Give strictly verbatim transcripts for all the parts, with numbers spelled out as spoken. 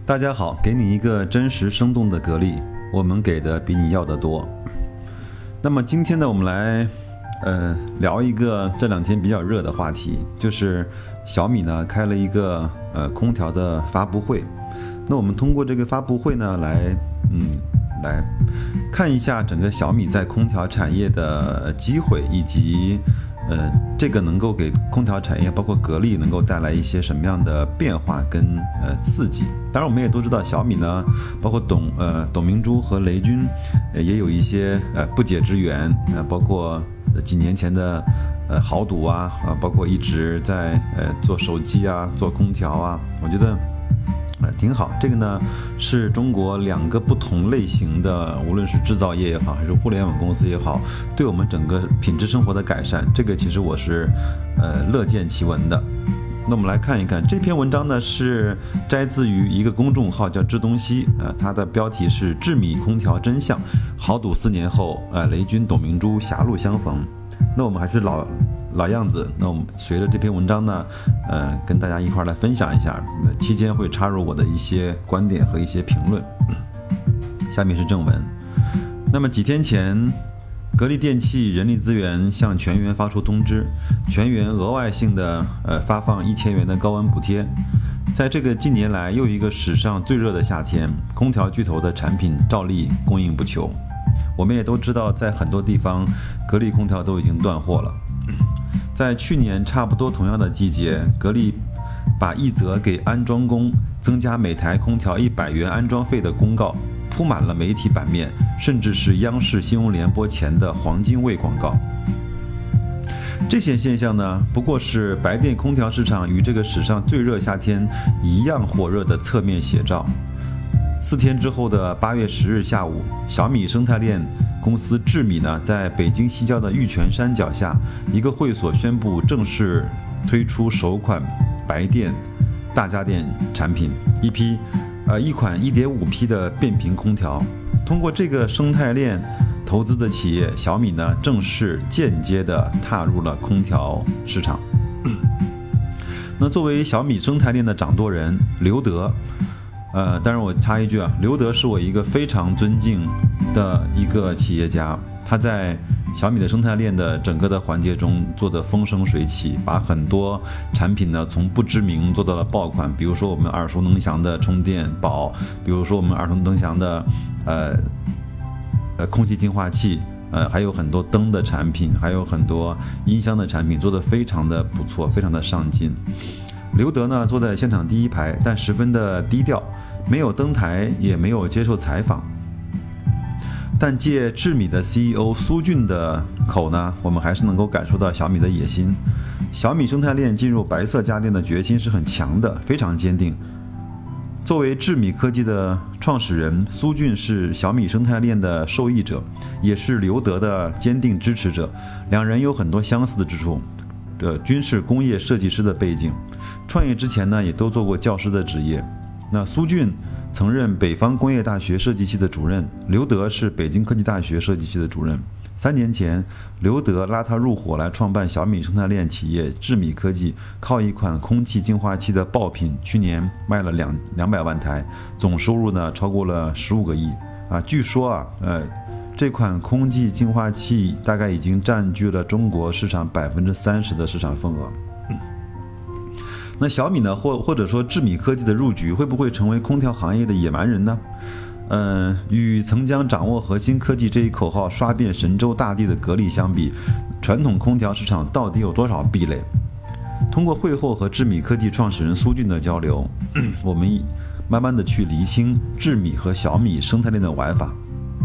大家好，给你一个真实生动的格力，我们给的比你要的多。那么今天呢，我们来呃聊一个这两天比较热的话题，就是小米呢开了一个呃空调的发布会。那我们通过这个发布会呢，来嗯来看一下整个小米在空调产业的机会，以及呃，这个能够给空调产业，包括格力，能够带来一些什么样的变化跟呃刺激？当然，我们也都知道，小米呢，包括董呃董明珠和雷军，呃，也有一些呃不解之缘啊、呃，包括几年前的呃豪赌啊啊，包括一直在呃做手机啊，做空调啊，我觉得。呃，挺好。这个呢，是中国两个不同类型的，无论是制造业也好，还是互联网公司也好，对我们整个品质生活的改善，这个其实我是呃乐见其闻的。那我们来看一看这篇文章呢，是摘自于一个公众号叫知东西，呃，它的标题是智米空调真相，豪赌四年后，呃，雷军董明珠狭路相逢。那我们还是老老样子，那我们随着这篇文章呢，呃，跟大家一块来分享一下，呃，期间会插入我的一些观点和一些评论。下面是正文。那么几天前，格力电器人力资源向全员发出通知，全员额外性的呃发放一千元的高温补贴。在这个近年来又一个史上最热的夏天，空调巨头的产品照例供应不求。我们也都知道，在很多地方，格力空调都已经断货了。在去年差不多同样的季节，格力把一则给安装工增加每台空调一百元安装费的公告铺满了媒体版面，甚至是央视新闻联播前的黄金卫广告。这些现象呢，不过是白电空调市场与这个史上最热夏天一样火热的侧面写照。四天之后的八月十日下午，小米生态链公司智米呢，在北京西郊的玉泉山脚下一个会所宣布正式推出首款白电大家电产品，一批呃一款 一点五 匹的变频空调。通过这个生态链投资的企业，小米呢正式间接的踏入了空调市场。那作为小米生态链的掌舵人刘德。呃，当然我插一句啊，刘德是我一个非常尊敬的一个企业家，他在小米的生态链的整个的环节中做得风生水起，把很多产品呢从不知名做到了爆款，比如说我们耳熟能详的充电宝，比如说我们耳熟能详的呃呃空气净化器，呃还有很多灯的产品，还有很多音箱的产品，做得非常的不错，非常的上进。刘德呢坐在现场第一排，但十分的低调，没有登台，也没有接受采访。但借智米的 C E O 苏俊的口呢，我们还是能够感受到小米的野心。小米生态链进入白色家电的决心是很强的，非常坚定。作为智米科技的创始人，苏俊是小米生态链的受益者，也是刘德的坚定支持者。两人有很多相似的之处。呃，均是工业设计师的背景，创业之前呢，也都做过教师的职业。那苏俊曾任北方工业大学设计系的主任，刘德是北京科技大学设计系的主任。三年前，刘德拉他入伙来创办小米生态链企业智米科技，靠一款空气净化器的爆品，去年卖了两两百万台，总收入呢超过了十五个亿啊！据说啊，呃。这款空气净化器大概已经占据了中国市场百分之三十的市场份额。那小米呢，或或者说智米科技的入局，会不会成为空调行业的野蛮人呢？嗯、呃，与曾将掌握核心科技这一口号刷遍神州大地的格力相比，传统空调市场到底有多少壁垒？通过会后和智米科技创始人苏俊的交流，我们慢慢的去厘清智米和小米生态链的玩法。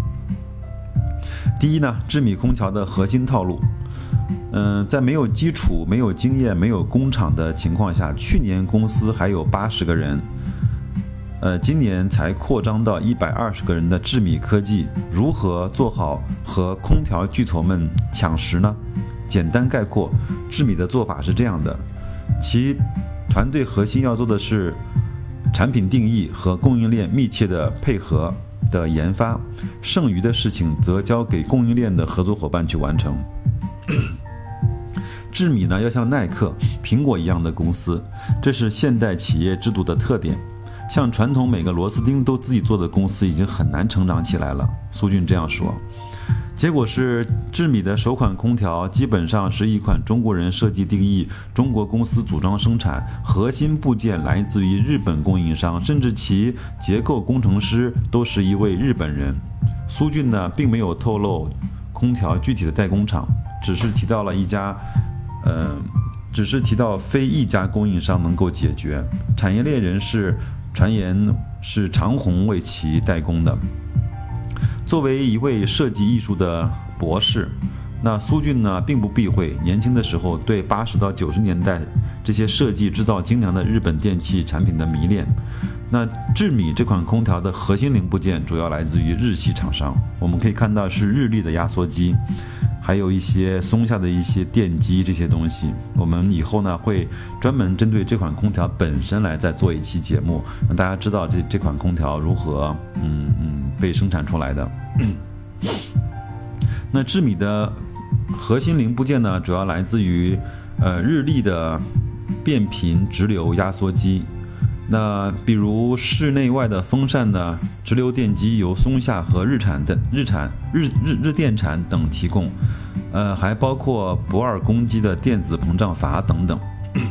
第一呢，智米空调的核心套路，嗯、呃，在没有基础、没有经验、没有工厂的情况下，去年公司还有八十个人，呃，今年才扩张到一百二十个人的智米科技，如何做好和空调巨头们抢食呢？简单概括，智米的做法是这样的：其团队核心要做的是产品定义和供应链密切的配合的研发，剩余的事情则交给供应链的合作伙伴去完成。智米呢，要像耐克、苹果一样的公司，这是现代企业制度的特点。 像传统每个螺丝钉都自己做的公司已经很难成长起来了。苏俊这样说。结果是智米的首款空调基本上是一款中国人设计定义，中国公司组装生产，核心部件来自于日本供应商，甚至其结构工程师都是一位日本人。苏俊呢并没有透露空调具体的代工厂，只是提到了一家呃只是提到非一家供应商能够解决。产业链人士传言是长虹为其代工的。作为一位设计艺术的博士，那苏俊呢并不避讳年轻的时候对八十到九十年代这些设计制造精良的日本电器产品的迷恋。那智米这款空调的核心零部件主要来自于日系厂商，我们可以看到是日立的压缩机，还有一些松下的一些电机这些东西。我们以后呢会专门针对这款空调本身来再做一期节目，让大家知道这这款空调如何嗯嗯被生产出来的。那智米的核心零部件呢，主要来自于呃日立的变频直流压缩机。那比如室内外的风扇呢，直流电机由松下和日产的日产日日日电产等提供，呃，还包括不二公机的电子膨胀阀等等。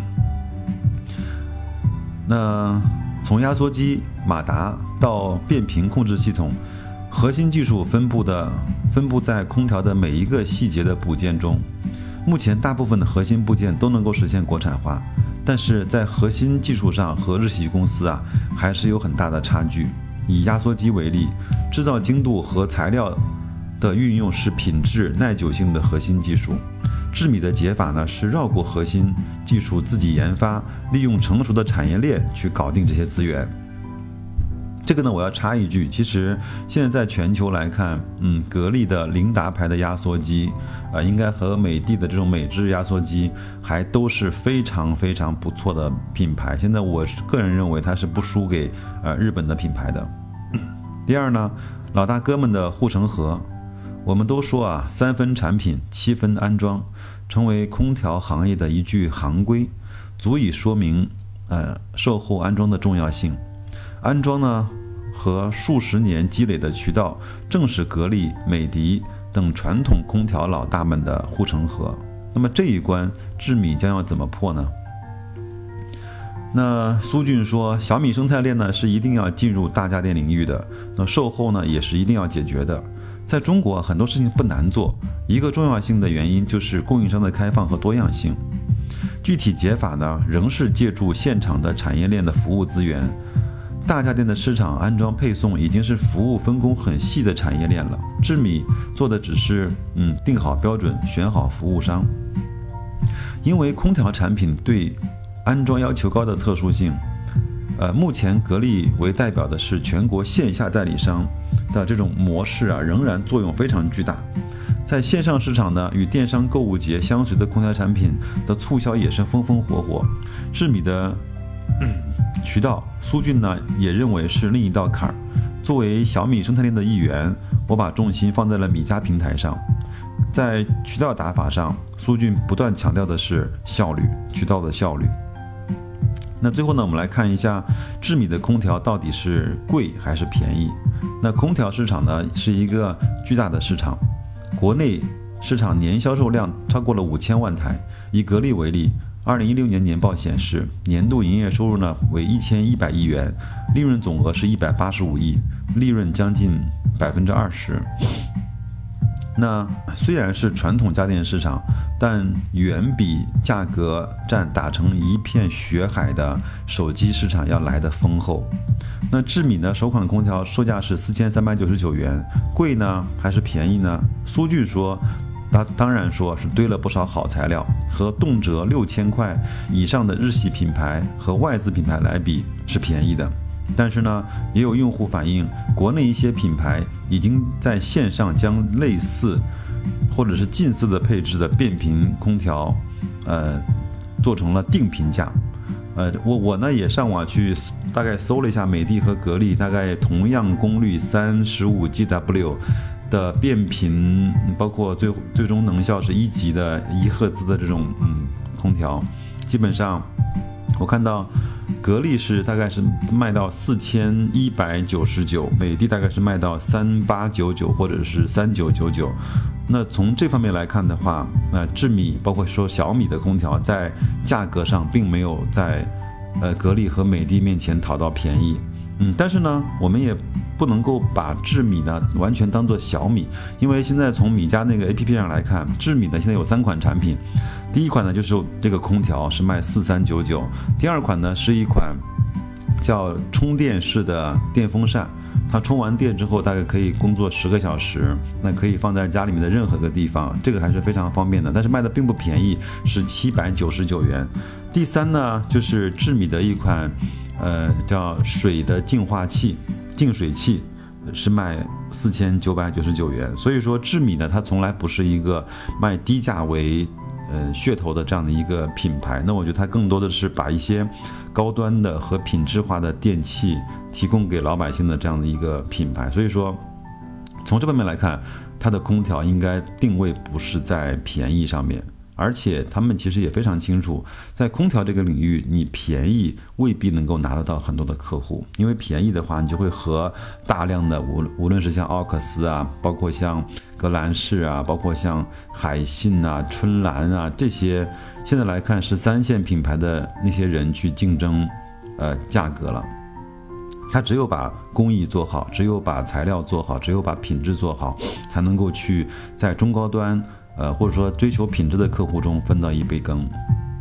那从压缩机、马达到变频控制系统，核心技术分布的分布在空调的每一个细节的部件中。目前大部分的核心部件都能够实现国产化，但是在核心技术上和日系公司啊还是有很大的差距。以压缩机为例，制造精度和材料的运用是品质耐久性的核心技术。智米的解法呢是绕过核心技术自己研发，利用成熟的产业链去搞定这些资源。这个呢，我要插一句，其实现在在全球来看，嗯，格力的琳达牌的压缩机，啊、呃，应该和美的的这种美制压缩机还都是非常非常不错的品牌。现在我个人认为它是不输给呃日本的品牌的。第二呢，老大哥们的护城河，我们都说啊，三分产品，七分安装，成为空调行业的一句行规，足以说明呃售后安装的重要性。安装呢和数十年积累的渠道，正是格力、美的等传统空调老大们的护城河。那么这一关，智米将要怎么破呢？那苏俊说，小米生态链呢是一定要进入大家电领域的，那售后呢也是一定要解决的。在中国很多事情不难做，一个重要性的原因就是供应商的开放和多样性。具体解法呢，仍是借助现场的产业链的服务资源。大家电的市场安装配送已经是服务分工很细的产业链了，智米做的只是嗯定好标准，选好服务商。因为空调产品对安装要求高的特殊性，呃，目前格力为代表的是全国线下代理商的这种模式啊，仍然作用非常巨大。在线上市场呢，与电商购物节相随的空调产品的促销也是风风火火。智米的渠道，苏俊呢也认为是另一道坎儿。作为小米生态链的一员，我把重心放在了米家平台上。在渠道打法上，苏俊不断强调的是效率，渠道的效率。那最后呢，我们来看一下智米的空调到底是贵还是便宜。那空调市场呢是一个巨大的市场，国内市场年销售量超过了五千万台。以格力为例，二零一六年年报显示，年度营业收入呢为一千一百亿元，利润总额是一百八十五亿，利润将近百分之二十。那虽然是传统家电市场，但远比价格战打成一片血海的手机市场要来得丰厚。那智米呢，首款空调售价是四千三百九十九元，贵呢还是便宜呢？苏俊说，他当然说是堆了不少好材料，和动辄六千块以上的日系品牌和外资品牌来比是便宜的。但是呢，也有用户反映，国内一些品牌已经在线上将类似或者是近似的配置的变频空调，呃，做成了定频价。呃，我我呢也上网去大概搜了一下美的和格力大概同样功率三十五 G W 的变频，包括最最终能效是一级的一赫兹的这种嗯空调，基本上我看到格力是大概是卖到四千一百九十九，美的大概是卖到三八九九或者是三九九九。那从这方面来看的话，那、呃、智米包括说小米的空调在价格上并没有在呃格力和美的面前讨到便宜。嗯，但是呢，我们也不能够把智米呢完全当做小米，因为现在从米家那个 A P P 上来看，智米呢现在有三款产品。第一款呢就是这个空调是卖四三九九，第二款呢是一款叫充电式的电风扇，它充完电之后大概可以工作十个小时，那可以放在家里面的任何个地方，这个还是非常方便的，但是卖的并不便宜，是七百九十九元。第三呢就是智米的一款呃叫水的净化器净水器，是卖四千九百九十九元。所以说智米呢它从来不是一个卖低价为呃噱头的这样的一个品牌，那我觉得它更多的是把一些高端的和品质化的电器提供给老百姓的这样的一个品牌。所以说从这方面来看，它的空调应该定位不是在便宜上面，而且他们其实也非常清楚，在空调这个领域，你便宜未必能够拿得到很多的客户，因为便宜的话，你就会和大量的无无论是像奥克斯啊，包括像格兰仕啊，包括像海信啊、春兰啊这些，现在来看是三线品牌的那些人去竞争，呃，价格了。它只有把工艺做好，只有把材料做好，只有把品质做好，才能够去在中高端。呃，或者说追求品质的客户中分到一杯羹。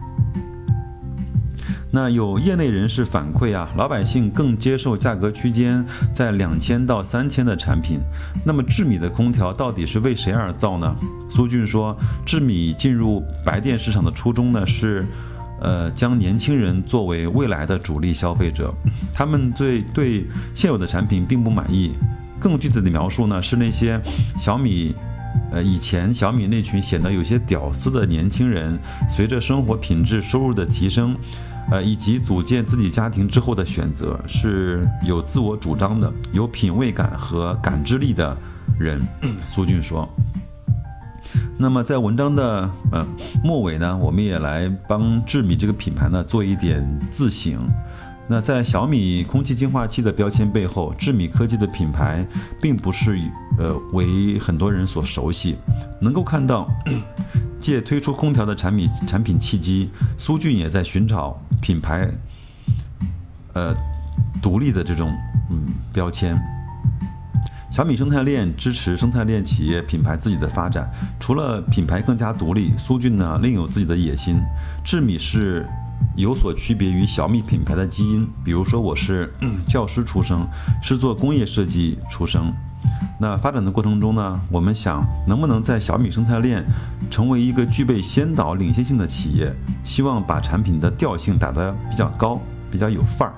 那有业内人士反馈啊，老百姓更接受价格区间在两千到三千的产品。那么智米的空调到底是为谁而造呢？苏俊说，智米进入白电市场的初衷呢是，呃，将年轻人作为未来的主力消费者，他们对对现有的产品并不满意。更具体的描述呢是那些小米。呃，以前小米那群显得有些屌丝的年轻人，随着生活品质、收入的提升，呃，以及组建自己家庭之后的选择，是有自我主张的、有品味感和感知力的人。苏俊说。那么在文章的呃末尾呢，我们也来帮智米这个品牌呢做一点自省。那在小米空气净化器的标签背后，智米科技的品牌并不是呃为很多人所熟悉。能够看到，借推出空调的产品产品契机，苏俊也在寻找品牌呃独立的这种嗯标签。小米生态链支持生态链企业品牌自己的发展，除了品牌更加独立，苏俊呢另有自己的野心。智米是有所区别于小米品牌的基因，比如说我是、嗯、教师出身，是做工业设计出身。那发展的过程中呢，我们想能不能在小米生态链成为一个具备先导领先性的企业，希望把产品的调性打得比较高，比较有范儿。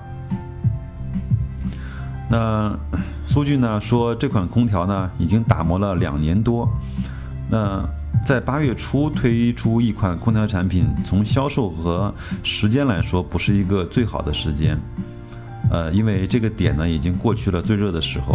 那苏俊呢说，这款空调呢已经打磨了两年多，那在八月初推出一款空调产品，从销售和时间来说不是一个最好的时间，呃，因为这个点呢已经过去了最热的时候。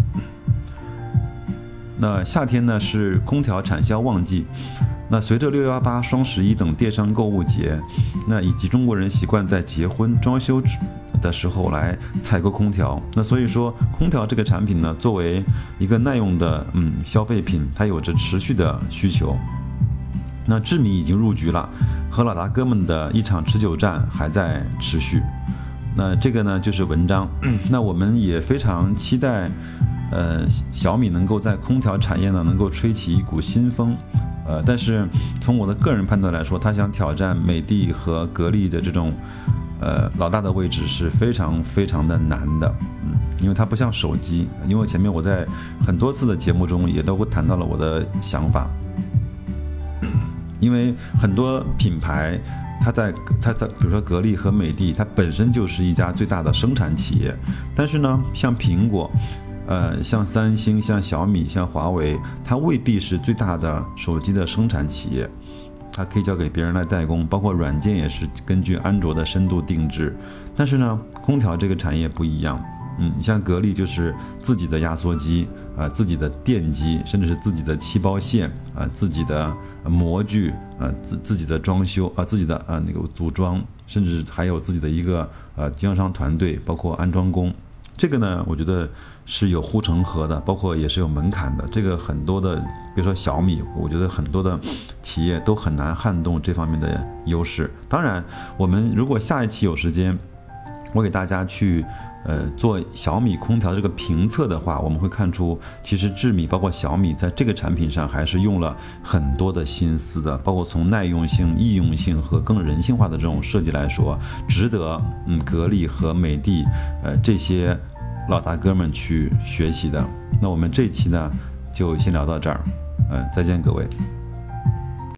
那夏天呢是空调产销旺季，那随着六幺八、双十一等电商购物节，那以及中国人习惯在结婚、装修的时候来采购空调，那所以说空调这个产品呢，作为一个耐用的嗯消费品，它有着持续的需求。那智米已经入局了，和老大哥们的一场持久战还在持续。那这个呢就是文章，那我们也非常期待，呃，小米能够在空调产业呢能够吹起一股新风。呃，但是从我的个人判断来说，他想挑战美的和格力的这种呃老大的位置是非常非常的难的，嗯，因为它不像手机，因为前面我在很多次的节目中也都谈到了我的想法，因为很多品牌它在它它比如说格力和美的，它本身就是一家最大的生产企业，但是呢，像苹果。呃，像三星、像小米、像华为，它未必是最大的手机的生产企业，它可以交给别人来代工，包括软件也是根据安卓的深度定制。但是呢，空调这个产业不一样，嗯，你像格力就是自己的压缩机啊、呃，自己的电机，甚至是自己的气包线啊、呃，自己的模具啊、呃，自自己的装修啊、呃，自己的啊、呃、那个组装，甚至还有自己的一个呃经销商团队，包括安装工。这个呢，我觉得是有护城河的，包括也是有门槛的。这个很多的，比如说小米，我觉得很多的企业都很难撼动这方面的优势。当然，我们如果下一期有时间，我给大家去呃做小米空调这个评测的话，我们会看出，其实智米包括小米在这个产品上还是用了很多的心思的，包括从耐用性、易用性和更人性化的这种设计来说，值得嗯格力和美的呃这些老大哥们去学习的。那我们这一期呢就先聊到这儿，嗯、呃，再见各位。